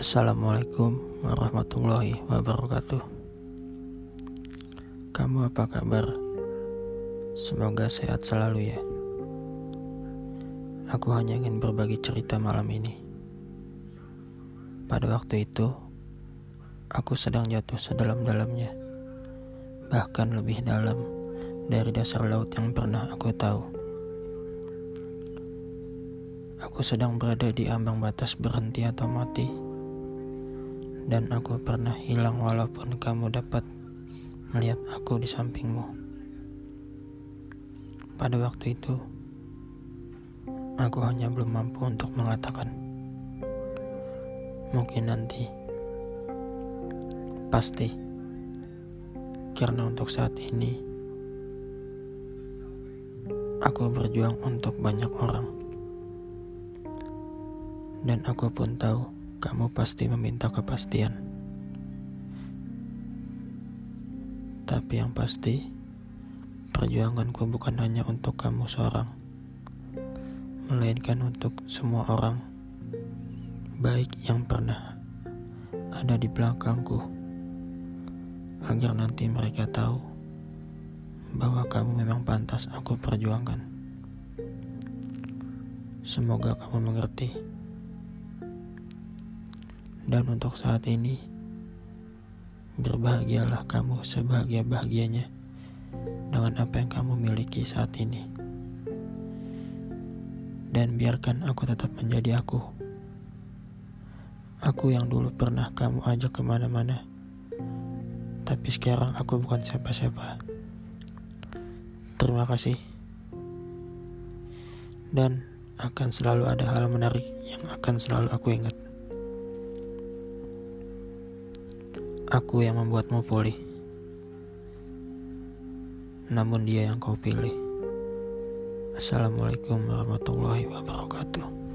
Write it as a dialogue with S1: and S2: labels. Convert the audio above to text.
S1: Assalamualaikum warahmatullahi wabarakatuh. Kamu apa kabar? Semoga sehat selalu ya. Aku hanya ingin berbagi cerita malam ini. Pada waktu itu, aku sedang jatuh sedalam-dalamnya, bahkan lebih dalam dari dasar laut yang pernah aku tahu. Aku sedang berada di ambang batas berhenti atau mati, dan aku pernah hilang walaupun kamu dapat melihat aku di sampingmu. Pada waktu itu, aku hanya belum mampu untuk mengatakan, mungkin nanti, pasti, karena untuk saat ini, aku berjuang untuk banyak orang. Dan aku pun tahu kamu pasti meminta kepastian. Tapi yang pasti, perjuanganku bukan hanya untuk kamu seorang, melainkan untuk semua orang baik yang pernah ada di belakangku, agar nanti mereka tahu bahwa kamu memang pantas aku perjuangkan. Semoga kamu mengerti. Dan untuk saat ini, berbahagialah kamu sebahagia-bahagianya dengan apa yang kamu miliki saat ini. Dan biarkan aku tetap menjadi aku. Aku yang dulu pernah kamu ajak kemana-mana, tapi sekarang aku bukan siapa-siapa. Terima kasih. Dan akan selalu ada hal menarik yang akan selalu aku ingat. Aku yang membuatmu pulih, namun dia yang kau pilih. Assalamualaikum warahmatullahi wabarakatuh.